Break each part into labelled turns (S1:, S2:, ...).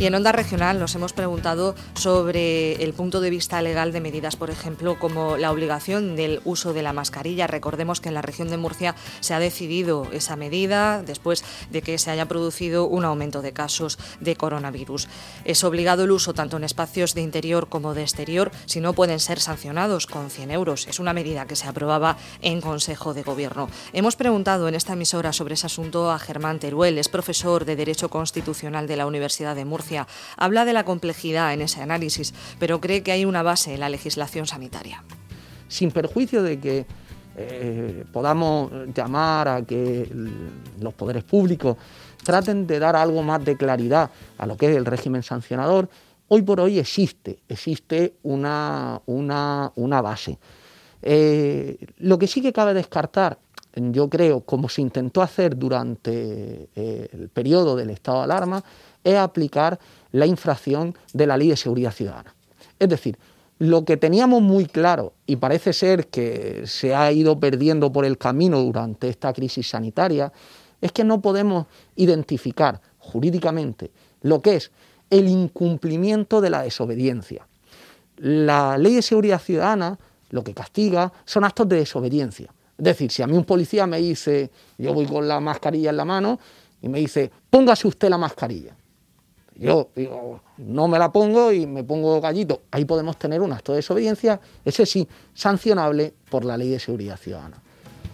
S1: Y en Onda Regional nos hemos preguntado sobre el punto de vista legal de medidas, por ejemplo, como la obligación del uso de la mascarilla. Recordemos que en la región de Murcia se ha decidido esa medida después de que se haya producido un aumento de casos de coronavirus. Es obligado el uso tanto en espacios de interior como de exterior, si no pueden ser sancionados con 100 euros. Es una medida que se aprobaba en Consejo de Gobierno. Hemos preguntado en esta emisora sobre ese asunto a Germán Teruel, es profesor de Derecho Constitucional de la Universidad de Murcia. Habla de la complejidad en ese análisis, pero cree que hay una base en la legislación sanitaria.
S2: Sin perjuicio de que podamos llamar a que los poderes públicos traten de dar algo más de claridad a lo que es el régimen sancionador, hoy por hoy existe una base. Lo que sí que cabe descartar, yo creo, como se intentó hacer durante el periodo del estado de alarma, es aplicar la infracción de la Ley de Seguridad Ciudadana. Es decir, lo que teníamos muy claro, y parece ser que se ha ido perdiendo por el camino durante esta crisis sanitaria, es que no podemos identificar jurídicamente lo que es el incumplimiento de la desobediencia. La Ley de Seguridad Ciudadana lo que castiga son actos de desobediencia. Es decir, si a mí un policía me dice, yo voy con la mascarilla en la mano y me dice, póngase usted la mascarilla. Yo digo, no me la pongo y me pongo gallito. Ahí podemos tener un acto de desobediencia, ese sí, sancionable por la Ley de Seguridad Ciudadana.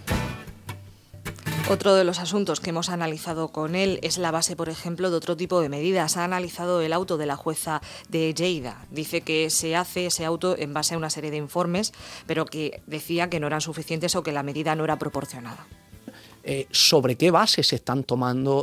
S1: Otro de los asuntos que hemos analizado con él es la base, por ejemplo, de otro tipo de medidas. Ha analizado el auto de la jueza de Lleida. Dice que se hace ese auto en base a una serie de informes, pero que decía que no eran suficientes o que la medida no era proporcionada.
S2: ¿Sobre qué bases se están tomando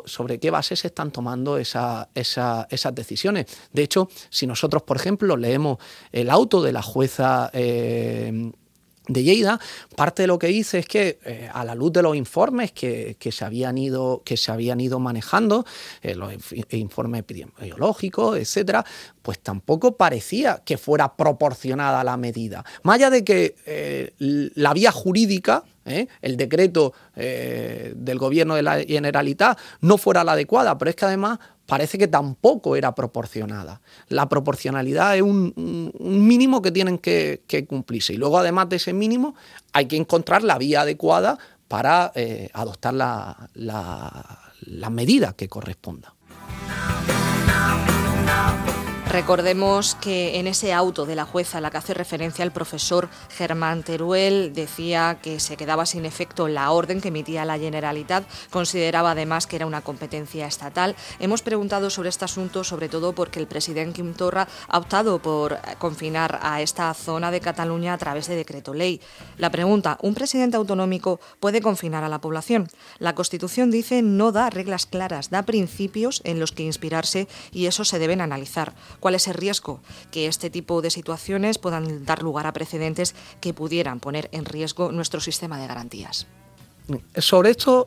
S2: esas decisiones? De hecho, si nosotros, por ejemplo, leemos el auto de la jueza de Lleida, parte de lo que dice es que a la luz de los informes que se habían ido manejando, los informes epidemiológicos, etcétera, pues tampoco parecía que fuera proporcionada la medida. Más allá de que la vía jurídica, el decreto del Gobierno de la Generalitat no fuera la adecuada, pero es que además parece que tampoco era proporcionada. La proporcionalidad es un mínimo que tienen que cumplirse. Y luego, además de ese mínimo, hay que encontrar la vía adecuada para adoptar la medida que corresponda.
S1: Recordemos que en ese auto de la jueza a la que hace referencia el profesor Germán Teruel decía que se quedaba sin efecto la orden que emitía la Generalitat, consideraba además que era una competencia estatal. Hemos preguntado sobre este asunto sobre todo porque el presidente Quim Torra ha optado por confinar a esta zona de Cataluña a través de decreto ley. La pregunta, ¿un presidente autonómico puede confinar a la población? La Constitución dice no da reglas claras, da principios en los que inspirarse y eso se deben analizar. ¿Cuál es el riesgo? Que este tipo de situaciones puedan dar lugar a precedentes que pudieran poner en riesgo nuestro sistema de garantías.
S2: Sobre esto,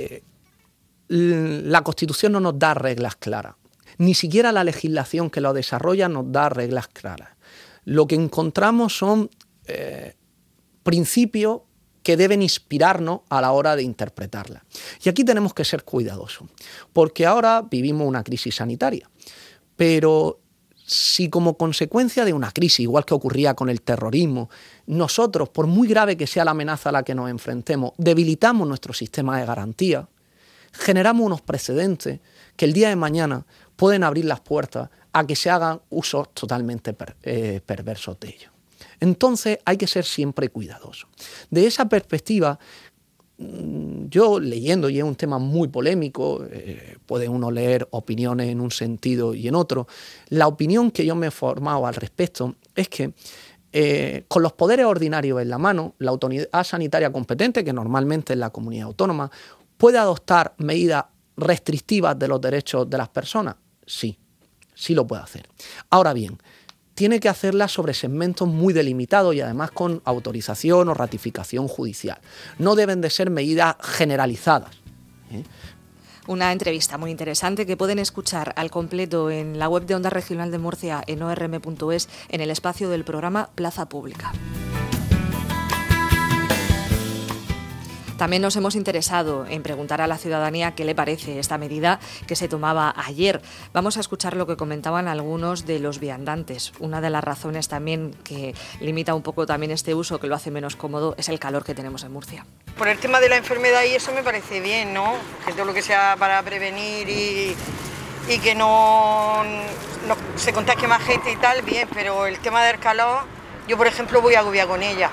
S2: la Constitución no nos da reglas claras. Ni siquiera la legislación que lo desarrolla nos da reglas claras. Lo que encontramos son principios que deben inspirarnos a la hora de interpretarla. Y aquí tenemos que ser cuidadosos, porque ahora vivimos una crisis sanitaria, pero si como consecuencia de una crisis, igual que ocurría con el terrorismo, nosotros, por muy grave que sea la amenaza a la que nos enfrentemos, debilitamos nuestro sistema de garantía, generamos unos precedentes que el día de mañana pueden abrir las puertas a que se hagan usos totalmente perversos de ellos. Entonces hay que ser siempre cuidadosos. De esa perspectiva, yo leyendo, y es un tema muy polémico, puede uno leer opiniones en un sentido y en otro, la opinión que yo me he formado al respecto es que con los poderes ordinarios en la mano, la autoridad sanitaria competente, que normalmente es la comunidad autónoma, puede adoptar medidas restrictivas de los derechos de las personas. Sí lo puede hacer. Ahora bien, tiene que hacerla sobre segmentos muy delimitados y además con autorización o ratificación judicial. No deben de ser medidas generalizadas.
S1: Una entrevista muy interesante que pueden escuchar al completo en la web de Onda Regional de Murcia en orm.es en el espacio del programa Plaza Pública. También nos hemos interesado en preguntar a la ciudadanía qué le parece esta medida que se tomaba ayer. Vamos a escuchar lo que comentaban algunos de los viandantes. Una de las razones también que limita un poco también este uso, que lo hace menos cómodo, es el calor que tenemos en Murcia.
S3: Por el tema de la enfermedad y eso me parece bien, ¿no? Que todo lo que sea para prevenir y que no se contagie más gente y tal, bien, pero el tema del calor, yo por ejemplo voy agobiada con ella.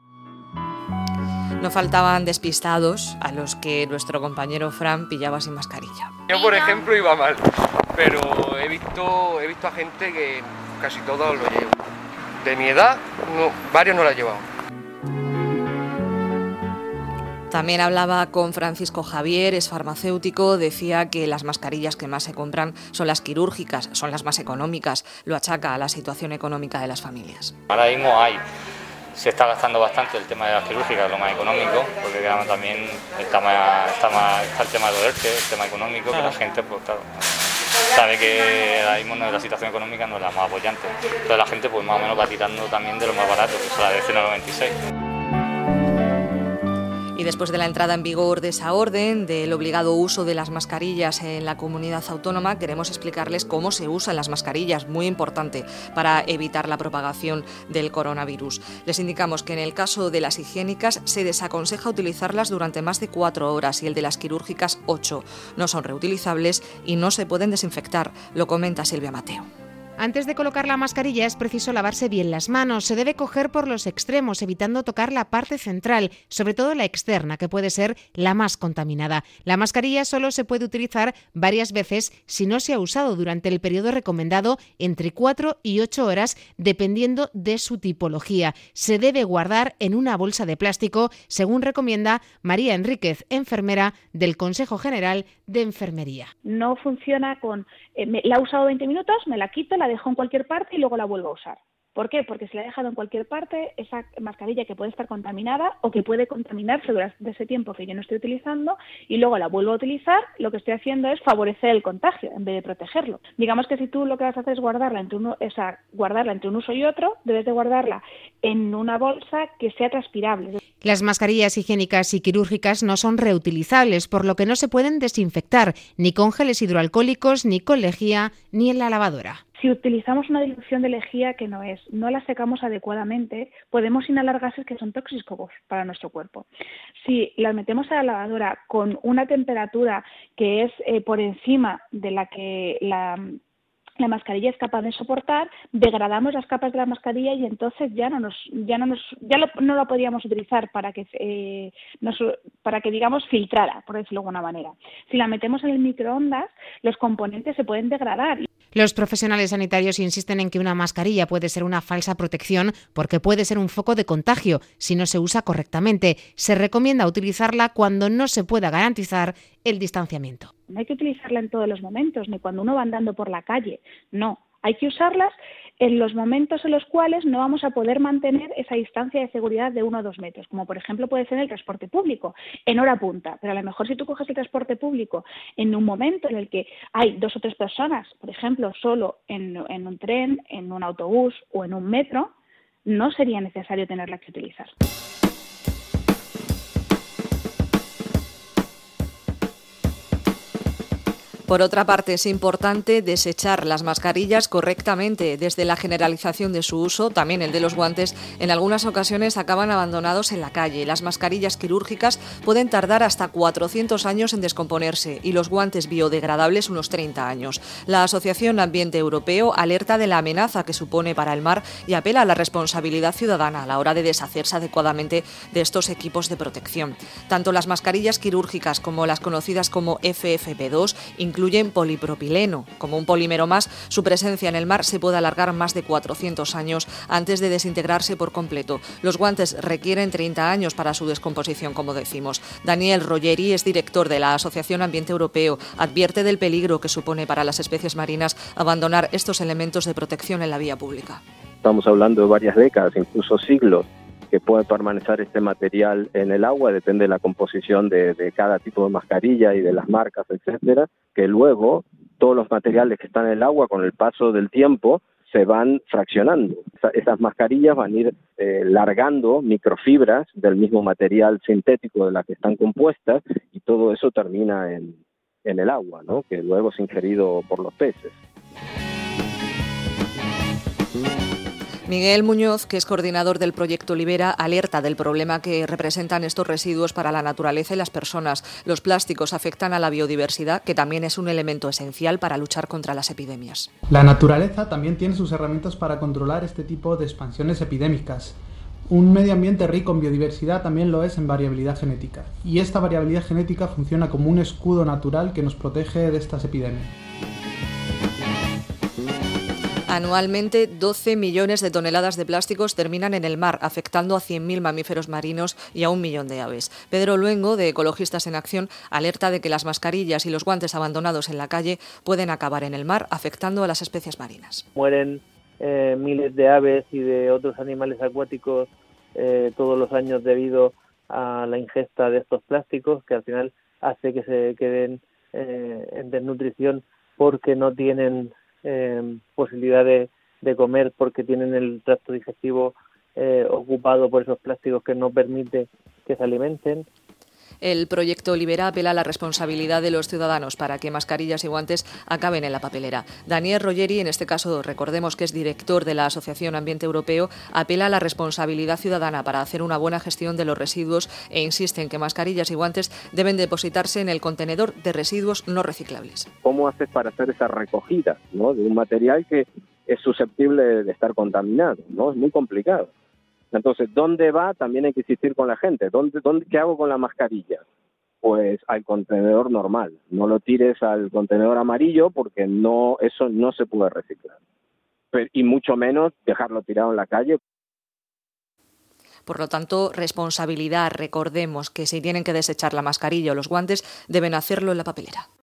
S1: No faltaban despistados a los que nuestro compañero Fran pillaba sin mascarilla.
S4: Yo, por ejemplo, iba mal, pero he visto a gente que casi todos lo llevan. De mi edad, varios no la llevaban.
S1: También hablaba con Francisco Javier, es farmacéutico, decía que las mascarillas que más se compran son las quirúrgicas, son las más económicas, lo achaca a la situación económica de las familias.
S5: Ahora mismo se está gastando bastante el tema de las quirúrgicas, lo más económico, porque digamos, también está el tema de los ERTE, el tema económico, que la gente pues claro, sabe que ahora mismo la situación económica no es la más apoyante. Entonces la gente pues más o menos va tirando también de lo más barato, que es la de 0,96.
S1: Y después de la entrada en vigor de esa orden, del obligado uso de las mascarillas en la comunidad autónoma, queremos explicarles cómo se usan las mascarillas, muy importante para evitar la propagación del coronavirus. Les indicamos que en el caso de las higiénicas se desaconseja utilizarlas durante más de 4 horas y el de las quirúrgicas 8. No son reutilizables y no se pueden desinfectar, lo comenta Silvia Mateo.
S6: Antes de colocar la mascarilla es preciso lavarse bien las manos. Se debe coger por los extremos, evitando tocar la parte central, sobre todo la externa, que puede ser la más contaminada. La mascarilla solo se puede utilizar varias veces si no se ha usado durante el periodo recomendado entre 4 y 8 horas, dependiendo de su tipología. Se debe guardar en una bolsa de plástico, según recomienda María Enríquez, enfermera del Consejo General de Enfermería.
S7: No funciona la he usado 20 minutos, me la quito, la dejo en cualquier parte y luego la vuelvo a usar. ¿Por qué? Porque si la he dejado en cualquier parte, esa mascarilla que puede estar contaminada o que puede contaminarse durante ese tiempo que yo no estoy utilizando y luego la vuelvo a utilizar, lo que estoy haciendo es favorecer el contagio en vez de protegerlo. Digamos que si tú lo que vas a hacer es guardarla entre un uso y otro, debes de guardarla en una bolsa que sea transpirable.
S6: Las mascarillas higiénicas y quirúrgicas no son reutilizables, por lo que no se pueden desinfectar ni con geles hidroalcohólicos, ni con lejía, ni en la lavadora.
S7: Si utilizamos una dilución de lejía que no la secamos adecuadamente, podemos inhalar gases que son tóxicos para nuestro cuerpo. Si las metemos a la lavadora con una temperatura que es por encima de la que la mascarilla es capaz de soportar, degradamos las capas de la mascarilla y entonces no la podríamos utilizar para que digamos filtrara, por decirlo de alguna manera. Si la metemos en el microondas, los componentes se pueden degradar.
S6: Los profesionales sanitarios insisten en que una mascarilla puede ser una falsa protección porque puede ser un foco de contagio si no se usa correctamente. Se recomienda utilizarla cuando no se pueda garantizar el distanciamiento.
S7: No hay que utilizarla en todos los momentos, ni cuando uno va andando por la calle. No, hay que usarlas en los momentos en los cuales no vamos a poder mantener esa distancia de seguridad de 1 o 2 metros, como por ejemplo puede ser en el transporte público, en hora punta. Pero a lo mejor si tú coges el transporte público en un momento en el que hay 2 o 3 personas, por ejemplo, solo en un tren, en un autobús o en un metro, no sería necesario tenerla que utilizar.
S1: Por otra parte, es importante desechar las mascarillas correctamente. Desde la generalización de su uso, también el de los guantes, en algunas ocasiones acaban abandonados en la calle. Las mascarillas quirúrgicas pueden tardar hasta 400 años en descomponerse y los guantes biodegradables unos 30 años. La Asociación Ambiente Europeo alerta de la amenaza que supone para el mar y apela a la responsabilidad ciudadana a la hora de deshacerse adecuadamente de estos equipos de protección. Tanto las mascarillas quirúrgicas como las conocidas como FFP2 incluyen polipropileno. Como un polímero más, su presencia en el mar se puede alargar más de 400 años antes de desintegrarse por completo. Los guantes requieren 30 años para su descomposición, como decimos. Daniel Roggeri es director de la Asociación Ambiente Europeo. Advierte del peligro que supone para las especies marinas abandonar estos elementos de protección en la vía pública.
S8: Estamos hablando de varias décadas, incluso siglos, que puede permanecer este material en el agua, depende de la composición de cada tipo de mascarilla y de las marcas, etcétera, que luego todos los materiales que están en el agua con el paso del tiempo se van fraccionando. Esas mascarillas van a ir largando microfibras del mismo material sintético de las que están compuestas, y todo eso termina en el agua, ¿no? Que luego es ingerido por los peces.
S1: Miguel Muñoz, que es coordinador del proyecto Libera, alerta del problema que representan estos residuos para la naturaleza y las personas. Los plásticos afectan a la biodiversidad, que también es un elemento esencial para luchar contra las epidemias.
S9: La naturaleza también tiene sus herramientas para controlar este tipo de expansiones epidémicas. Un medio ambiente rico en biodiversidad también lo es en variabilidad genética. Y esta variabilidad genética funciona como un escudo natural que nos protege de estas epidemias.
S1: Anualmente, 12 millones de toneladas de plásticos terminan en el mar, afectando a 100.000 mamíferos marinos y a 1 millón de aves. Pedro Luengo, de Ecologistas en Acción, alerta de que las mascarillas y los guantes abandonados en la calle pueden acabar en el mar, afectando a las especies marinas.
S10: Mueren miles de aves y de otros animales acuáticos todos los años debido a la ingesta de estos plásticos, que al final hace que se queden en desnutrición porque no tienen posibilidad de comer, porque tienen el tracto digestivo ocupado por esos plásticos que no permite que se alimenten.
S1: El proyecto Libera apela a la responsabilidad de los ciudadanos para que mascarillas y guantes acaben en la papelera. Daniel Rogeri, en este caso recordemos que es director de la Asociación Ambiente Europeo, apela a la responsabilidad ciudadana para hacer una buena gestión de los residuos e insiste en que mascarillas y guantes deben depositarse en el contenedor de residuos no reciclables.
S8: ¿Cómo haces para hacer esa recogida, ¿no?, de un material que es susceptible de estar contaminado? ¿No? Es muy complicado. Entonces, ¿dónde va? También hay que insistir con la gente. ¿Qué hago con la mascarilla? Pues al contenedor normal. No lo tires al contenedor amarillo porque eso no se puede reciclar. Y mucho menos dejarlo tirado en la calle.
S1: Por lo tanto, responsabilidad. Recordemos que si tienen que desechar la mascarilla o los guantes, deben hacerlo en la papelera.